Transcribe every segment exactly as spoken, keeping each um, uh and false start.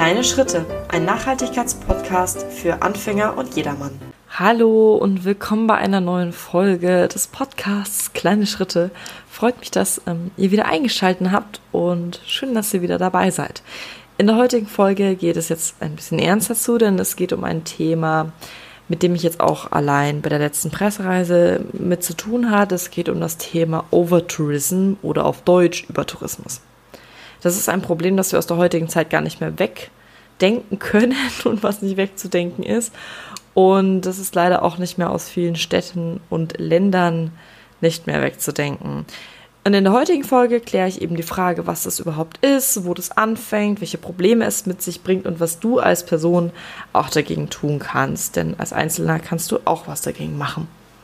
Kleine Schritte, ein Nachhaltigkeitspodcast für Anfänger und jedermann. Hallo und willkommen bei einer neuen Folge des Podcasts Kleine Schritte. Freut mich, dass ähm, ihr wieder eingeschaltet habt und schön, dass ihr wieder dabei seid. In der heutigen Folge geht es jetzt ein bisschen ernster zu, denn es geht um ein Thema, mit dem ich jetzt auch allein bei der letzten Pressereise mit zu tun hatte. Es geht um das Thema Overtourism oder auf Deutsch Übertourismus. Das ist ein Problem, das wir aus der heutigen Zeit gar nicht mehr wegdenken können und was nicht wegzudenken ist. Und das ist leider auch nicht mehr aus vielen Städten und Ländern nicht mehr wegzudenken. Und in der heutigen Folge kläre ich eben die Frage, was das überhaupt ist, wo das anfängt, welche Probleme es mit sich bringt und was du als Person auch dagegen tun kannst. Denn als Einzelner kannst du auch was dagegen machen.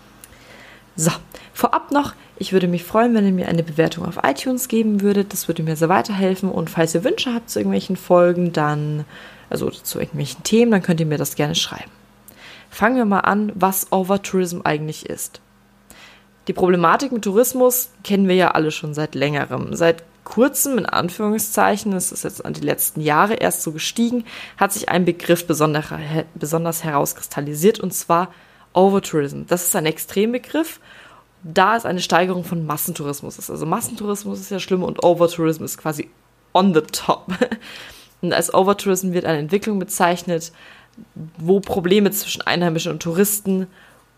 So, vorab noch, ich würde mich freuen, wenn ihr mir eine Bewertung auf iTunes geben würdet. Das würde mir sehr weiterhelfen. Und falls ihr Wünsche habt zu irgendwelchen Folgen, dann, also zu irgendwelchen Themen, dann könnt ihr mir das gerne schreiben. Fangen wir mal an, was Overtourism eigentlich ist. Die Problematik mit Tourismus kennen wir ja alle schon seit längerem. Seit kurzem, in Anführungszeichen, es ist jetzt an die letzten Jahre erst so gestiegen, hat sich ein Begriff besonders, besonders herauskristallisiert, und zwar Overtourism. Das ist ein Extrembegriff, da es eine Steigerung von Massentourismus ist. Also Massentourismus ist ja schlimm und Overtourism ist quasi on the top. Und als Overtourism wird eine Entwicklung bezeichnet, wo Probleme zwischen Einheimischen und Touristen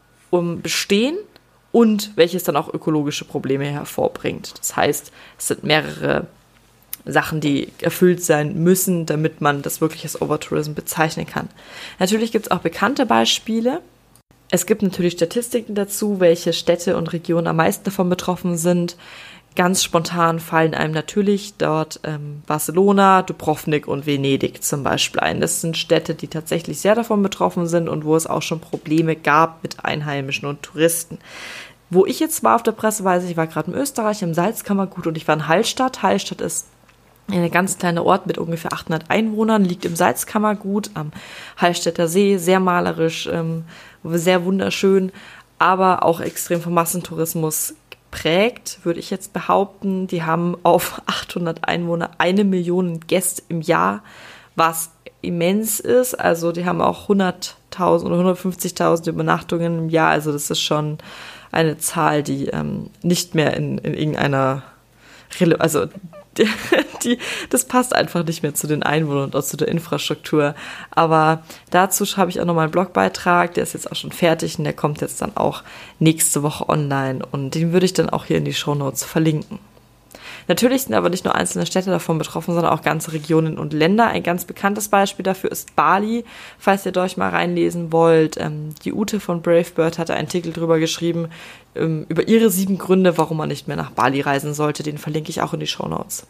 um bestehen und welches dann auch ökologische Probleme hervorbringt. Das heißt, es sind mehrere Sachen, die erfüllt sein müssen, damit man das wirklich als Overtourism bezeichnen kann. Natürlich gibt es auch bekannte Beispiele. Es gibt natürlich Statistiken dazu, welche Städte und Regionen am meisten davon betroffen sind. Ganz spontan fallen einem natürlich dort ähm, Barcelona, Dubrovnik und Venedig zum Beispiel ein. Das sind Städte, die tatsächlich sehr davon betroffen sind und wo es auch schon Probleme gab mit Einheimischen und Touristen. Wo ich jetzt war auf der Pressereise, ich war gerade in Österreich im Salzkammergut und ich war in Hallstatt. Hallstatt ist ein ganz kleiner Ort mit ungefähr achthundert Einwohnern, liegt im Salzkammergut am Hallstätter See, sehr malerisch, ähm, sehr wunderschön, aber auch extrem vom Massentourismus geprägt, würde ich jetzt behaupten. Die haben auf achthundert Einwohner eine Million Gäste im Jahr, was immens ist. Also die haben auch hunderttausend oder hundertfünfzigtausend Übernachtungen im Jahr. Also das ist schon eine Zahl, die ähm, nicht mehr in, in irgendeiner Rele- also die, die, das passt einfach nicht mehr zu den Einwohnern und auch zu der Infrastruktur. Aber dazu habe ich auch nochmal einen Blogbeitrag, der ist jetzt auch schon fertig und der kommt jetzt dann auch nächste Woche online und den würde ich dann auch hier in die Shownotes verlinken. Natürlich sind aber nicht nur einzelne Städte davon betroffen, sondern auch ganze Regionen und Länder. Ein ganz bekanntes Beispiel dafür ist Bali, falls ihr euch mal reinlesen wollt. Ähm, die Ute von Brave Bird hatte einen Artikel drüber geschrieben, ähm, über ihre sieben Gründe, warum man nicht mehr nach Bali reisen sollte. Den verlinke ich auch in die Shownotes.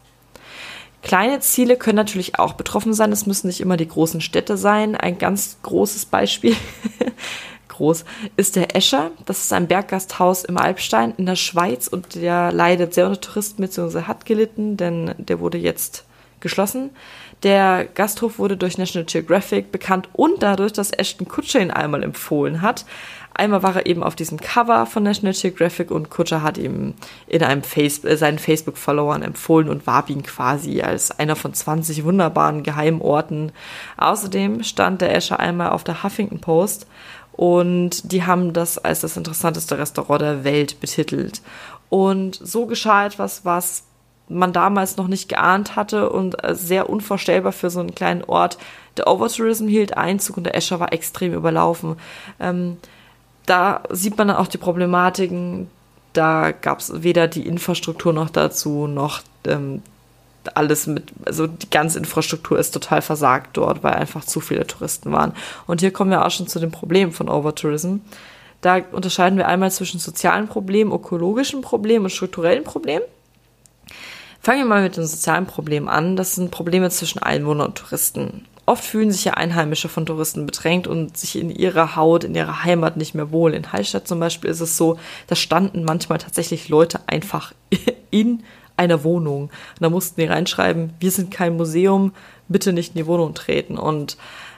Kleine Ziele können natürlich auch betroffen sein. Es müssen nicht immer die großen Städte sein. Ein ganz großes Beispiel groß ist der Escher. Das ist ein Berggasthaus im Alpstein in der Schweiz und der leidet sehr unter Touristen bzw. hat gelitten, denn der wurde jetzt geschlossen. Der Gasthof wurde durch National Geographic bekannt und dadurch, dass Ashton Kutcher ihn einmal empfohlen hat. Einmal war er eben auf diesem Cover von National Geographic und Kutcher hat ihm in einem Face- äh, seinen Facebook-Followern empfohlen und warb ihn quasi als einer von zwanzig wunderbaren Geheimorten. Außerdem stand der Escher einmal auf der Huffington Post und die haben das als das interessanteste Restaurant der Welt betitelt. Und so geschah etwas, was man damals noch nicht geahnt hatte und sehr unvorstellbar für so einen kleinen Ort. Der Overtourism hielt Einzug und der Escher war extrem überlaufen. Ähm, da sieht man dann auch die Problematiken. Da gab es weder die Infrastruktur noch dazu, noch ähm, alles mit, also die ganze Infrastruktur ist total versagt dort, weil einfach zu viele Touristen waren. Und hier kommen wir auch schon zu dem Problem von Overtourism. Da unterscheiden wir einmal zwischen sozialen Problemen, ökologischen Problemen und strukturellen Problemen. Fangen wir mal mit den sozialen Problemen an. Das sind Probleme zwischen Einwohnern und Touristen. Oft fühlen sich ja Einheimische von Touristen bedrängt und sich in ihrer Haut, in ihrer Heimat nicht mehr wohl. In Hallstatt zum Beispiel ist es so, da standen manchmal tatsächlich Leute einfach in einer Wohnung. Und da mussten die reinschreiben, wir sind kein Museum, bitte nicht in die Wohnung treten. Und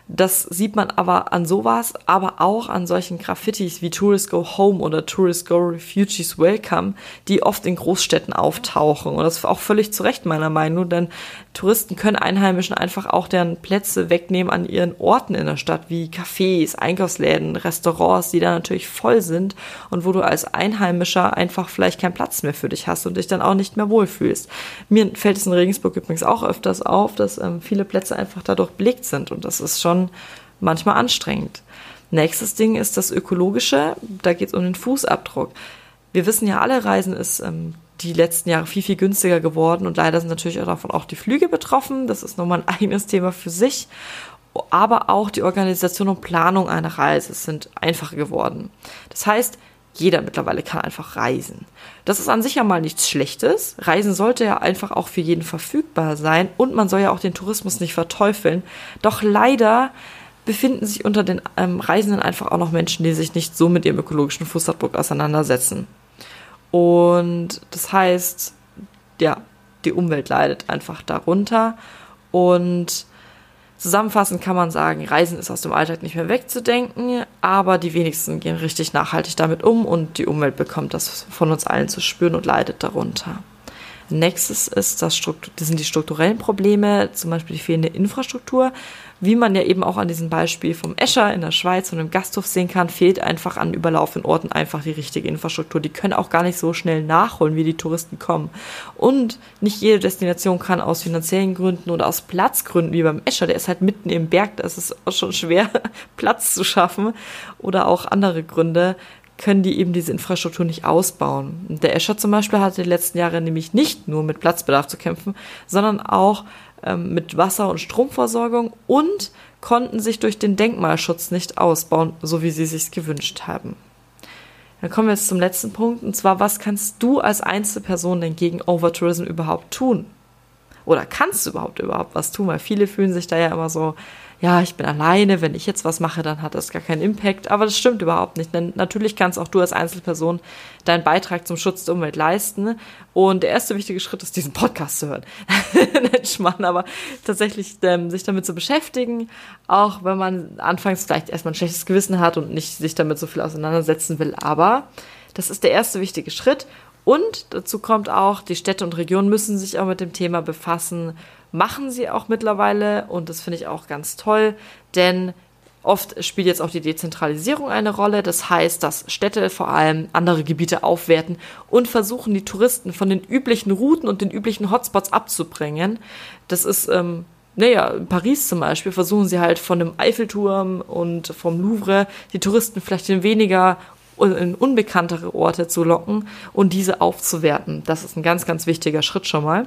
Das sieht man aber an sowas, aber auch an solchen Graffitis wie Tourists Go Home oder Tourists Go Refugees Welcome, die oft in Großstädten auftauchen. Und das ist auch völlig zu Recht meiner Meinung nach, denn Touristen können Einheimischen einfach auch deren Plätze wegnehmen an ihren Orten in der Stadt, wie Cafés, Einkaufsläden, Restaurants, die da natürlich voll sind und wo du als Einheimischer einfach vielleicht keinen Platz mehr für dich hast und dich dann auch nicht mehr wohlfühlst. Mir fällt es in Regensburg übrigens auch öfters auf, dass ähm, viele Plätze einfach dadurch belegt sind und das ist schon manchmal anstrengend. Nächstes Ding ist das Ökologische, da geht es um den Fußabdruck. Wir wissen ja alle, Reisen ist ähm, die letzten Jahre viel, viel günstiger geworden und leider sind natürlich auch davon auch die Flüge betroffen, das ist nochmal ein eigenes Thema für sich, aber auch die Organisation und Planung einer Reise sind einfacher geworden. Das heißt, jeder mittlerweile kann einfach reisen. Das ist an sich ja mal nichts Schlechtes. Reisen sollte ja einfach auch für jeden verfügbar sein und man soll ja auch den Tourismus nicht verteufeln. Doch leider befinden sich unter den ähm, Reisenden einfach auch noch Menschen, die sich nicht so mit ihrem ökologischen Fußabdruck auseinandersetzen. Und das heißt, ja, die Umwelt leidet einfach darunter und zusammenfassend kann man sagen, Reisen ist aus dem Alltag nicht mehr wegzudenken, aber die wenigsten gehen richtig nachhaltig damit um und die Umwelt bekommt das von uns allen zu spüren und leidet darunter. Nächstes ist das, das sind die strukturellen Probleme, zum Beispiel die fehlende Infrastruktur. Wie man ja eben auch an diesem Beispiel vom Escher in der Schweiz und im Gasthof sehen kann, fehlt einfach an überlaufenden Orten einfach die richtige Infrastruktur. Die können auch gar nicht so schnell nachholen, wie die Touristen kommen. Und nicht jede Destination kann aus finanziellen Gründen oder aus Platzgründen, wie beim Escher, der ist halt mitten im Berg, da ist es auch schon schwer, Platz zu schaffen. Oder auch andere Gründe, können die eben diese Infrastruktur nicht ausbauen. Und der Escher zum Beispiel hatte die letzten Jahre nämlich nicht nur mit Platzbedarf zu kämpfen, sondern auch ähm, mit Wasser- und Stromversorgung und konnten sich durch den Denkmalschutz nicht ausbauen, so wie sie es sich gewünscht haben. Dann kommen wir jetzt zum letzten Punkt, und zwar, was kannst du als Einzelperson denn gegen Overtourism überhaupt tun? Oder kannst du überhaupt überhaupt was tun? Weil viele fühlen sich da ja immer so, ja, ich bin alleine, wenn ich jetzt was mache, dann hat das gar keinen Impact. Aber das stimmt überhaupt nicht, denn natürlich kannst auch du als Einzelperson deinen Beitrag zum Schutz der Umwelt leisten. Und der erste wichtige Schritt ist, diesen Podcast zu hören. Nicht Schmarrn, aber tatsächlich ähm, sich damit zu beschäftigen, auch wenn man anfangs vielleicht erstmal ein schlechtes Gewissen hat und nicht sich damit so viel auseinandersetzen will. Aber das ist der erste wichtige Schritt. Und dazu kommt auch, die Städte und Regionen müssen sich auch mit dem Thema befassen, machen sie auch mittlerweile und das finde ich auch ganz toll, denn oft spielt jetzt auch die Dezentralisierung eine Rolle, das heißt, dass Städte vor allem andere Gebiete aufwerten und versuchen, die Touristen von den üblichen Routen und den üblichen Hotspots abzubringen. Das ist, ähm, naja, in Paris zum Beispiel versuchen sie halt von dem Eiffelturm und vom Louvre die Touristen vielleicht in weniger in unbekanntere Orte zu locken und diese aufzuwerten. Das ist ein ganz, ganz wichtiger Schritt schon mal.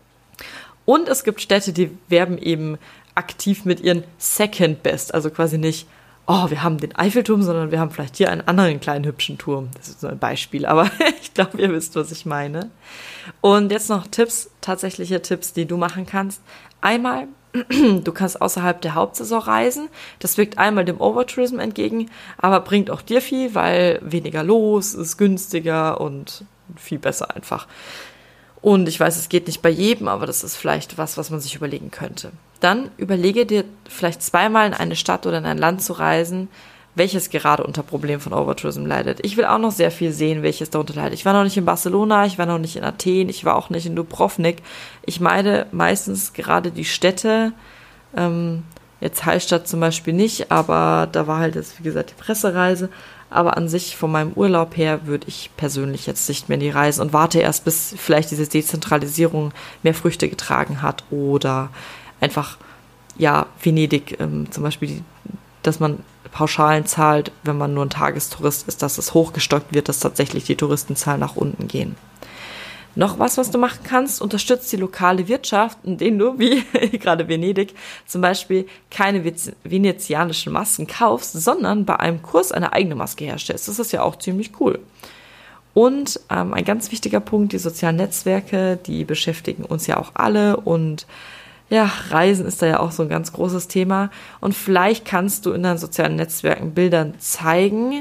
Und es gibt Städte, die werben eben aktiv mit ihren Second Best, also quasi nicht, oh, wir haben den Eiffelturm, sondern wir haben vielleicht hier einen anderen kleinen hübschen Turm. Das ist so ein Beispiel, aber ich glaube, ihr wisst, was ich meine. Und jetzt noch Tipps, tatsächliche Tipps, die du machen kannst. Einmal, du kannst außerhalb der Hauptsaison reisen. Das wirkt einmal dem Overtourism entgegen, aber bringt auch dir viel, weil weniger los, ist günstiger und viel besser einfach. Und ich weiß, es geht nicht bei jedem, aber das ist vielleicht was, was man sich überlegen könnte. Dann überlege dir vielleicht zweimal in eine Stadt oder in ein Land zu reisen, welches gerade unter Problemen von Overtourism leidet. Ich will auch noch sehr viel sehen, welches darunter leidet. Ich war noch nicht in Barcelona, ich war noch nicht in Athen, ich war auch nicht in Dubrovnik. Ich meide meistens gerade die Städte, ähm, jetzt Hallstatt zum Beispiel nicht, aber da war halt jetzt, wie gesagt, die Pressereise. Aber an sich, von meinem Urlaub her, würde ich persönlich jetzt nicht mehr in die Reise und warte erst, bis vielleicht diese Dezentralisierung mehr Früchte getragen hat oder einfach, ja, Venedig ähm, zum Beispiel, die, dass man Pauschalen zahlt, wenn man nur ein Tagestourist ist, dass es hochgestockt wird, dass tatsächlich die Touristenzahlen nach unten gehen. Noch was, was du machen kannst, unterstützt die lokale Wirtschaft, indem du, wie gerade Venedig, zum Beispiel keine venezianischen Masken kaufst, sondern bei einem Kurs eine eigene Maske herstellst. Das ist ja auch ziemlich cool. Und ähm, ein ganz wichtiger Punkt, die sozialen Netzwerke, die beschäftigen uns ja auch alle und ja, Reisen ist da ja auch so ein ganz großes Thema. Und vielleicht kannst du in deinen sozialen Netzwerken Bildern zeigen,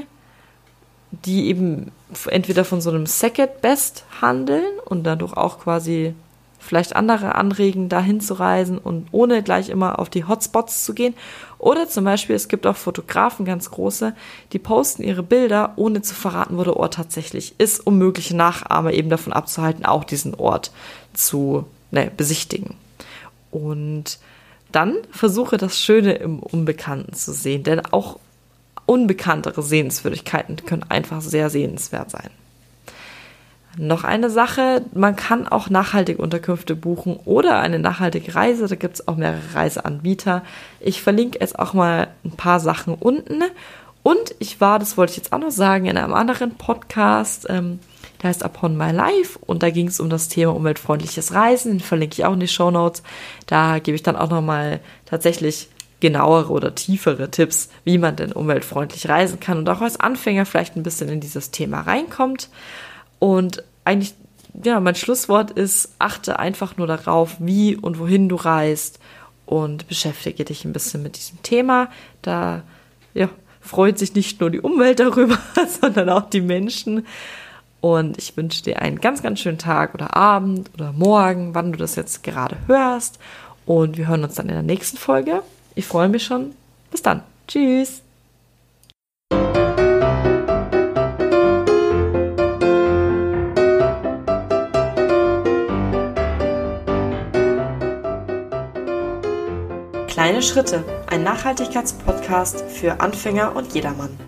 die eben entweder von so einem Second Best handeln und dadurch auch quasi vielleicht andere anregen, dahin zu reisen und ohne gleich immer auf die Hotspots zu gehen. Oder zum Beispiel, es gibt auch Fotografen, ganz große, die posten ihre Bilder, ohne zu verraten, wo der Ort tatsächlich ist, um mögliche Nachahmer eben davon abzuhalten, auch diesen Ort zu ne, besichtigen. Und dann versuche das Schöne im Unbekannten zu sehen, denn auch unbekanntere Sehenswürdigkeiten können einfach sehr sehenswert sein. Noch eine Sache, man kann auch nachhaltige Unterkünfte buchen oder eine nachhaltige Reise, da gibt es auch mehrere Reiseanbieter. Ich verlinke jetzt auch mal ein paar Sachen unten. Und ich war, das wollte ich jetzt auch noch sagen, in einem anderen Podcast, ähm, der heißt Upon My Life und da ging es um das Thema umweltfreundliches Reisen, den verlinke ich auch in die Shownotes. Da gebe ich dann auch nochmal tatsächlich genauere oder tiefere Tipps, wie man denn umweltfreundlich reisen kann und auch als Anfänger vielleicht ein bisschen in dieses Thema reinkommt. Und eigentlich, ja, mein Schlusswort ist, achte einfach nur darauf, wie und wohin du reist und beschäftige dich ein bisschen mit diesem Thema. Da, ja, freut sich nicht nur die Umwelt darüber, sondern auch die Menschen. Und ich wünsche dir einen ganz, ganz schönen Tag oder Abend oder Morgen, wann du das jetzt gerade hörst. Und wir hören uns dann in der nächsten Folge. Ich freue mich schon. Bis dann. Tschüss. Kleine Schritte, ein Nachhaltigkeitspodcast für Anfänger und jedermann.